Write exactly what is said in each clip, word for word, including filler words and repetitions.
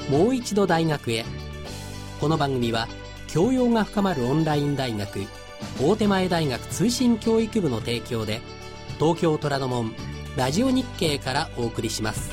もう一度大学へ。この番組は教養が深まるオンライン大学大手前大学通信教育部の提供で東京虎ノ門ラジオ日経からお送りします。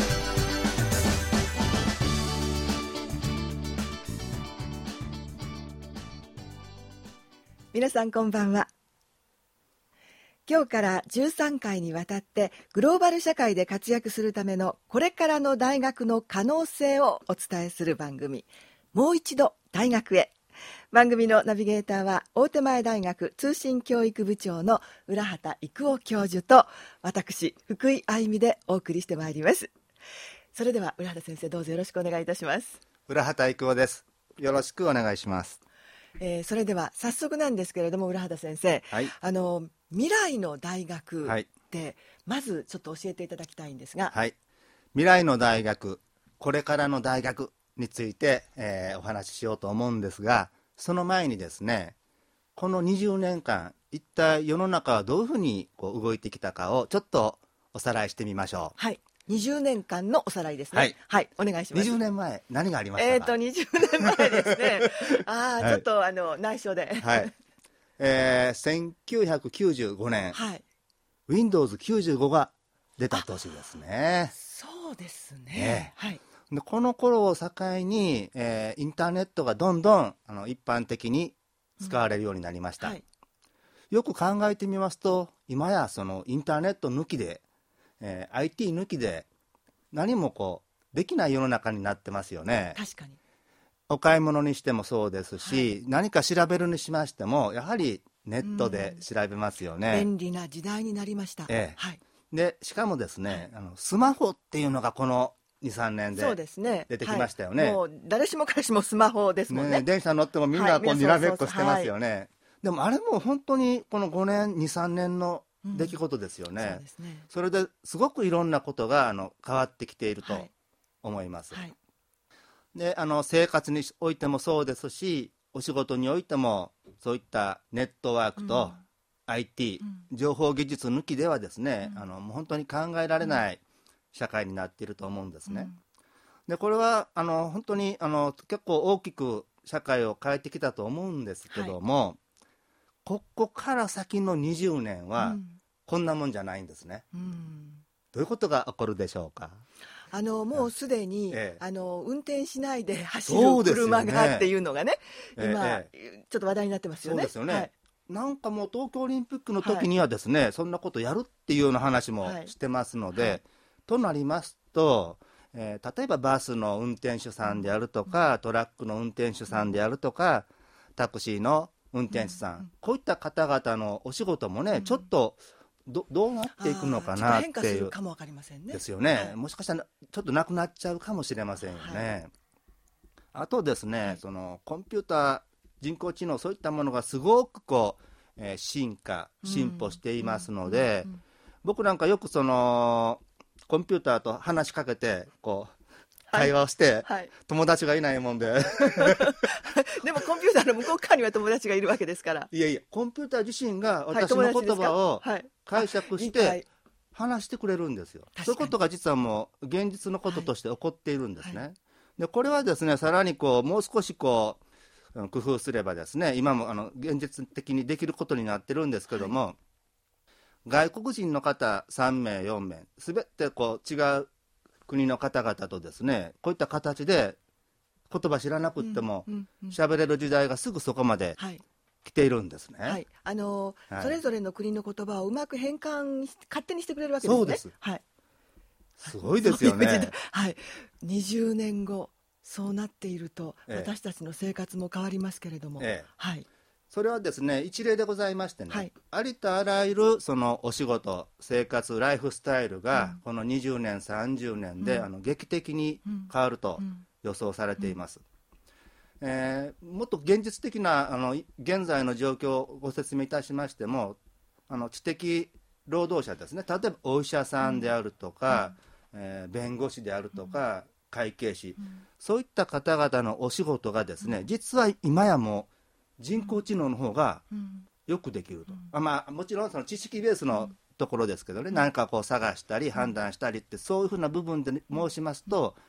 皆さんこんばんは。今日からじゅうさんかいにわたってグローバル社会で活躍するためのこれからの大学の可能性をお伝えする番組、もう一度大学へ。番組のナビゲーターは大手前大学通信教育部長の浦畑育夫教授と私福井愛美でお送りしてまいります。それでは浦畑先生、どうぞよろしくお願いいたします。 浦畑育夫です。よろしくお願いします。 えー、それでは早速なんですけれども、浦畑先生、はい、あの未来の大学って、はい、まずちょっと教えていただきたいんですが、 はい、未来の大学、これからの大学について、えー、お話ししようと思うんですが、その前にですね、このにじゅうねんかん一体世の中はどういうふうにこう動いてきたかをちょっとおさらいしてみましょう。 はい、にじゅうねんかんのおさらいですね。はい、はい、お願いします。 にじゅうねんまえ何がありましたか。 えーとにじゅうねんまえですねあ、はい、ちょっとあの内緒で、 はいえー、せんきゅうひゃくきゅうじゅうごねん、はい、ウィンドウズきゅうじゅうご が出た年ですね。 そうですね、 ね、 はい、 でこの頃を境に、えー、インターネットがどんどんあの一般的に使われるようになりました、うんはい、よく考えてみますと、今やそのインターネット抜きで、えー、アイティー 抜きで何もこうできない世の中になってますよね。 確かに。 お買い物にしてもそうですし、はい、何か調べるにしましてもやはりネットで調べますよね。 便利な時代になりました、 ええはい、 でしかもですね、はい、あのスマホっていうのがこの にさんねんで出てきましたよね。 はい、もう誰しも彼しもスマホですもんね。 ね、電車乗ってもみんなこうにらめっこしてますよね、はい、でもあれも本当にこのごねんにさんねんの出来事ですよね、うん、そうですね。それですごくいろんなことがあの変わってきていると思います、はいはい、であの生活においてもそうですし、お仕事においてもそういったネットワークと アイティー、うん、情報技術抜きではですね、うん、あのもう本当に考えられない社会になっていると思うんですね、うん、でこれはあの本当にあの結構大きく社会を変えてきたと思うんですけども、はい、ここから先のにじゅうねんはこんなもんじゃないんですね、うん、どういうことが起こるでしょうか。 あのもうすでに、ええ、あの運転しないで走る車がっていうのがね、今、ええ、ちょっと話題になってますよね。 そうですよね、はい、なんかもう東京オリンピックの時にはですね、はい、そんなことやるっていうような話もしてますので、はいはい、となりますと、えー、例えばバスの運転手さんであるとか、うん、トラックの運転手さんであるとか、タクシーの運転手さん、うん、こういった方々のお仕事もね、うん、ちょっとど, どうなっていくのかなっていう、 変化するかもわかりませんね。 ですよね、 はい、 もしかしたらちょっとなくなっちゃうかもしれませんよね、はい、あとですね、はい、そのコンピューター、人工知能、そういったものがすごくこう、えー、進化進歩していますので、うんうんうん、僕なんかよくそのコンピューターと話しかけてこう会話をして、はいはい、友達がいないもんででもコンピューターの向こう側には友達がいるわけですから。 いやいや、コンピューター自身が私の言葉を解釈して話してくれるんですよ、はい、そういうことが実はもう現実のこととして起こっているんですね、はいはい、でこれはですね、さらにこうもう少しこう工夫すればですね、今もあの現実的にできることになってるんですけども、はい、外国人の方さんめいよんめいすべてこう違う国の方々とですね、こういった形で言葉知らなくっても喋れる時代がすぐそこまで来ているんですね、はいはい、 あのーはい、それぞれの国の言葉をうまく変換勝手にしてくれるわけですね。 そうです、 はい、 すごいですよね、 はい、にじゅうねんごそうなっていると、ええ、私たちの生活も変わりますけれども、ええ、はい、 それはですね一例でございましてね、はい、ありとあらゆるそのお仕事、生活、ライフスタイルが、うん、このにじゅうねんさんじゅうねんで、うん、あの劇的に変わると予想されています、うんうん、えー、もっと現実的なあの現在の状況をご説明いたしましても、あの知的労働者ですね、例えばお医者さんであるとか、うん、えー、弁護士であるとか、うん、会計士、うん、そういった方々のお仕事がですね、うん、実は今やもう人工知能の方がよくできると、うん、あ、まあ、もちろんその知識ベースのところですけどね、うん、何かこう探したり判断したりって、そういうふうな部分で申しますと、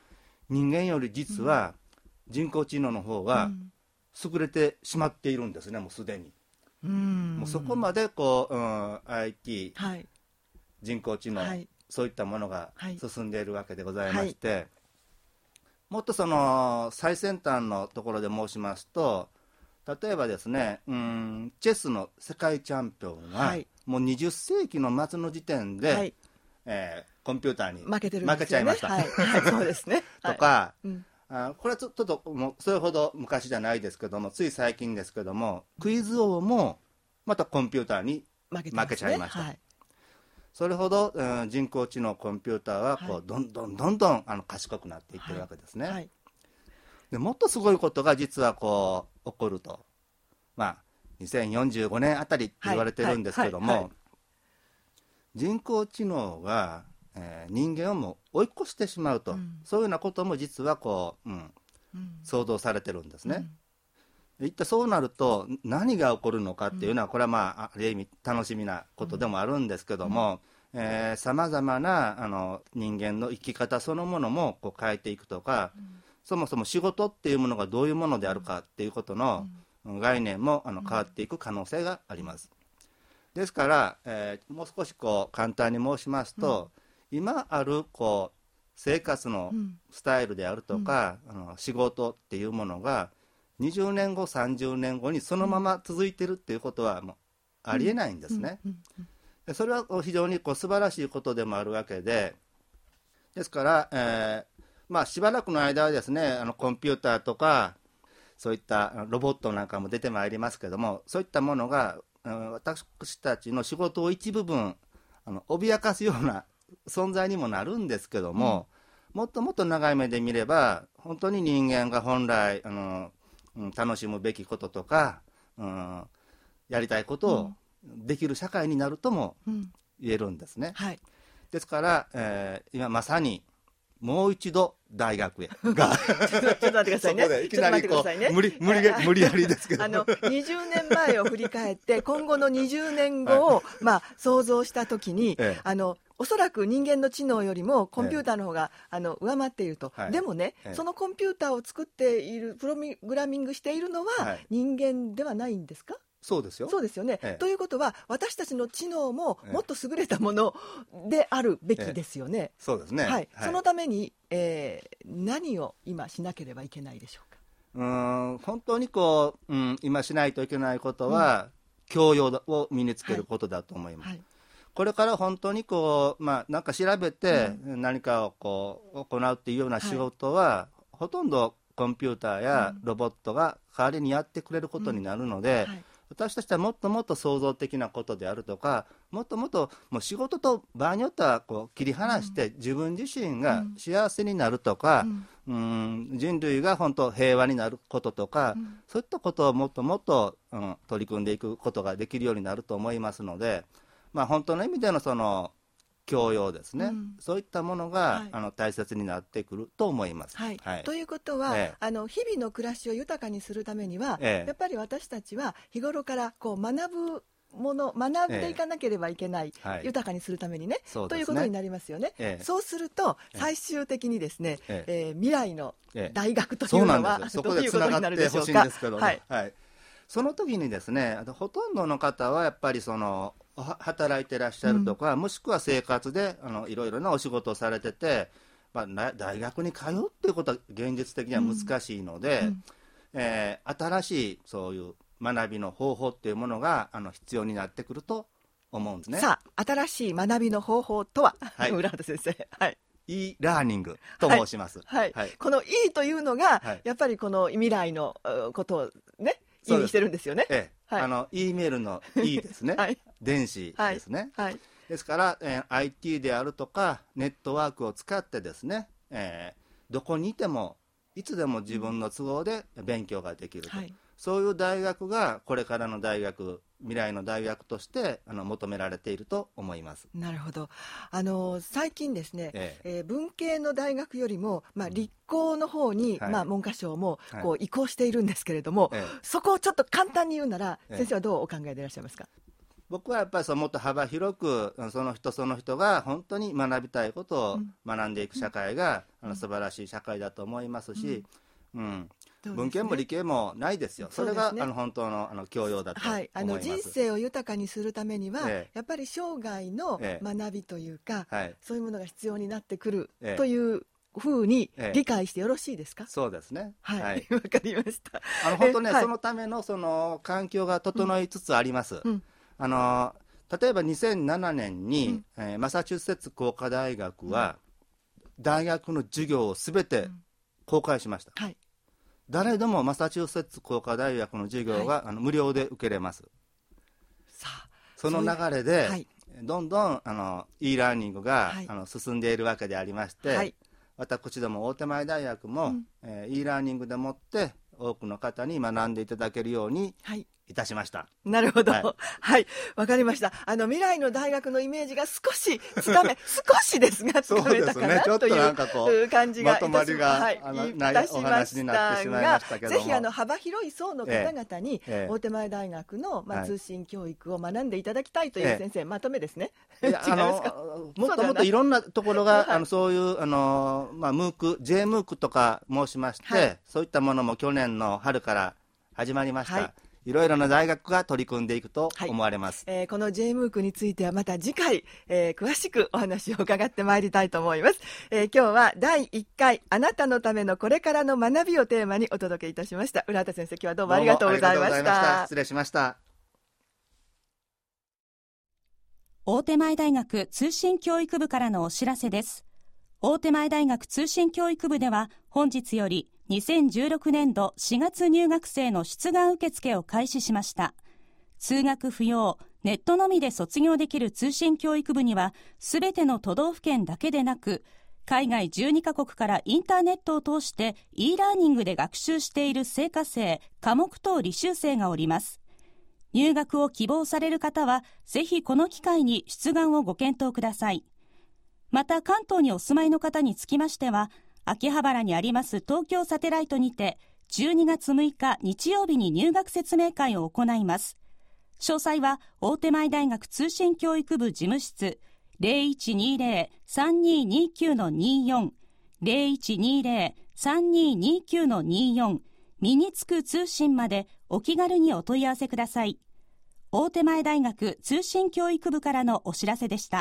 人間より実は人工知能の方が優れてしまっているんですね、もうすでに。うん、もうそこまでこう、うん、アイティー、はい、人工知能、はい、そういったものが進んでいるわけでございまして、はい、もっとその最先端のところで申しますと、例えばですね、うん、チェスの世界チャンピオンが、はい、もうにじゅっせいきの末の時点で、はい、えー、コンピューターに負けてるんですよね、負けちゃいました、はいはい、そうですねとか、はい、うん、あこれはちょっともうそれほど昔じゃないですけども、つい最近ですけども、クイズ王もまたコンピューターに負け、ね、負けちゃいました、はい、それほど、うん、人工知能コンピューターはこう、はい、どんどんどんどんあの賢くなっていってるわけですね、はいはい、でもっとすごいことが実はこう起こると、まあ、にせんよんじゅうごねんあたりって言われてるんですけども、はいはいはいはい、人工知能が、えー、人間をもう追い越してしまうと、うん、そういうようなことも実はこう、うんうん、想像されてるんですね、うん、一体そうなると何が起こるのかっていうのは、これはまあある意味楽しみなことでもあるんですけども、さまざまなあの人間の生き方そのものもこう変えていくとか、うん、そもそも仕事っていうものがどういうものであるかっていうことの概念もあの変わっていく可能性があります。ですから、えー、もう少しこう簡単に申しますと、うん、今あるこう生活のスタイルであるとか、うん、あの仕事っていうものがにじゅうねんごさんじゅうねんごにそのまま続いてるっていうことはもうありえないんですね。でそれは非常にこう素晴らしいことでもあるわけで、ですから、えーまあ、しばらくの間はですね、あのコンピューターとかそういったロボットなんかも出てまいりますけども、そういったものが私たちの仕事を一部分あの脅かすような存在にもなるんですけども、うん、もっともっと長い目で見れば本当に人間が本来あの、うん、楽しむべきこととか、うん、やりたいことをできる社会になるとも言えるんですね、うんはい、ですから、えー、今まさにもう一度大学へがちょっと待ってくださいね。そこでいきなりこう、ね、 無理無理無理やりですけど、 あのにじゅうねんまえを振り返って今後のにじゅうねんごを、はいまあ、想像したときに、ええ、あのおそらく人間の知能よりもコンピューターの方が、ええ、あの上回っていると、はい、でもね、ええ、そのコンピューターを作っているプログラミングしているのは人間ではないんですか？ そうですよ。 そうですよね、ええ、ということは私たちの知能ももっと優れたものであるべきですよね、ええ、 そうですね、 はいはい、そのために、えー、何を今しなければいけないでしょうか？ うーん本当にこう、うん、今しないといけないことは、うん、教養を身につけることだと思います、はいはい、これから本当にこう、まあ、なんか調べて何かをこう行うっていうような仕事は、はい、ほとんどコンピューターやロボットが代わりにやってくれることになるので、うんはい私たちはもっともっと創造的なことであるとかもっともっともう仕事と場合によってはこう切り離して、うん、自分自身が幸せになるとか、うん、うん人類が本当平和になることとか、うん、そういったことをもっともっと、うん、取り組んでいくことができるようになると思いますので、まあ、本当の意味でのその教養ですね、うん、そういったものが、はい、あの大切になってくると思います、 はいはい、ということは、ええ、あの日々の暮らしを豊かにするためには、ええ、やっぱり私たちは日頃からこう学ぶもの学んでいかなければいけない、ええ、豊かにするために ね, ねということになりますよね、ええ、そうすると最終的にですね、えええー、未来の大学というのは、ええ、どういうことになるでしょうか？ はいはい、その時にですねほとんどの方はやっぱりその働いてらっしゃるとか、うん、もしくは生活であのいろいろなお仕事をされてて、まあ、大学に通うっていうことは現実的には難しいので、うんうんえー、新しいそういう学びの方法っていうものがあの必要になってくると思うんですね。 さあ新しい学びの方法とは、はい、浦畑先生、はい、 e ラーニングと申します、 はいはいはい、この E というのが、はい、やっぱりこの未来のことをね意味してるんですよね。 ええはい、あの E メールの E ですね、はい、電子ですね、はいはい、ですから、えー、アイティー であるとかネットワークを使ってですね、えー、どこにいてもいつでも自分の都合で勉強ができると、はい、そういう大学がこれからの大学未来の大学としてあの求められていると思います。 なるほど。あの最近ですね、えええー、文系の大学よりも、まあ、理工の方に、はいまあ、文科省もこう移行しているんですけれども、はい、そこをちょっと簡単に言うなら、ええ、先生はどうお考えでいらっしゃいますか？ 僕はやっぱりそのもっと幅広くその人その人が本当に学びたいことを学んでいく社会が、うん、あの素晴らしい社会だと思いますし、うんうんね、文系も理系もないですよ。それが、ね、あの本当の、あの教養だと思います、はい、あの人生を豊かにするためには、ええ、やっぱり生涯の学びというか、ええ、そういうものが必要になってくる、ええ、というふうに理解してよろしいですか？ ええ、そうですね。 はい、はい、わかりました。 あの本当ね、はい、そのためのその環境が整いつつあります。うんうん、あの例えばにせんななねんに、うんえー、マサチューセッツ工科大学は、うん、大学の授業をすべて公開しました。うんはい、誰でもマサチューセッツ工科大学の授業が、はい、あの無料で受けれます。さあその流れで、はい、どんどんあの e ラーニングが、はい、あの進んでいるわけでありまして、はい、私ども大手前大学も、うんえー、e ラーニングでもって多くの方に学んでいただけるように、はいいたしました。 なるほど。はい、はい、わかりました。あの未来の大学のイメージが少しつかめ、少しですがつかめたかな、ね、という感じがいたしました。はい、ないお話になってしまいましたけども、ぜひあの幅広い層の方々に、ええ、大手前大学の、まあ、通信教育を学んでいただきたいという先生、ええ、まとめですね。 違いますか？もっともっといろんなところが、はい、あのそういうあの、まあ、ムーク、ジェイムークとか申しまして、はい、そういったものも去年の春から始まりました。はいいろいろな大学が取り組んでいくと思われます、 はいえー、この ジェイムーク についてはまた次回、えー、詳しくお話を伺ってまいりたいと思います、えー、今日はだいいっかいあなたのためのこれからの学びをテーマにお届けいたしました。浦畑先生、今日はどうもありがとうございました。 失礼しました。 大手前大学通信教育部からのお知らせです。大手前大学通信教育部では本日よりにせんじゅうろくねんどしがつ入学生の出願受付を開始しました。通学不要、ネットのみで卒業できる通信教育部には、すべての都道府県だけでなく、海外じゅうにカ国からインターネットを通して e ラーニングで学習している専科生、科目等履修生がおります。入学を希望される方は、ぜひこの機会に出願をご検討ください。また関東にお住まいの方につきましては、秋葉原にあります東京サテライトにてじゅうにがつむいか日曜日に入学説明会を行います。詳細は大手前大学通信教育部事務室 ゼロいちにゼロ さんにーにーきゅう にーよん ゼロいちにゼロ さんにーにーきゅう にーよん 身につく通信までお気軽にお問い合わせください。大手前大学通信教育部からのお知らせでした。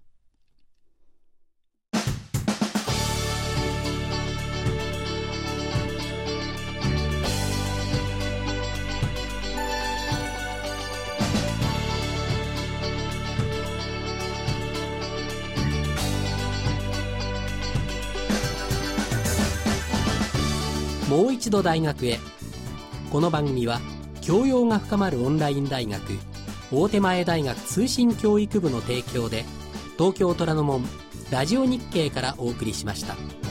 もう一度大学へ。この番組は教養が深まるオンライン大学大手前大学通信教育部の提供で東京虎ノ門ラジオ日経からお送りしました。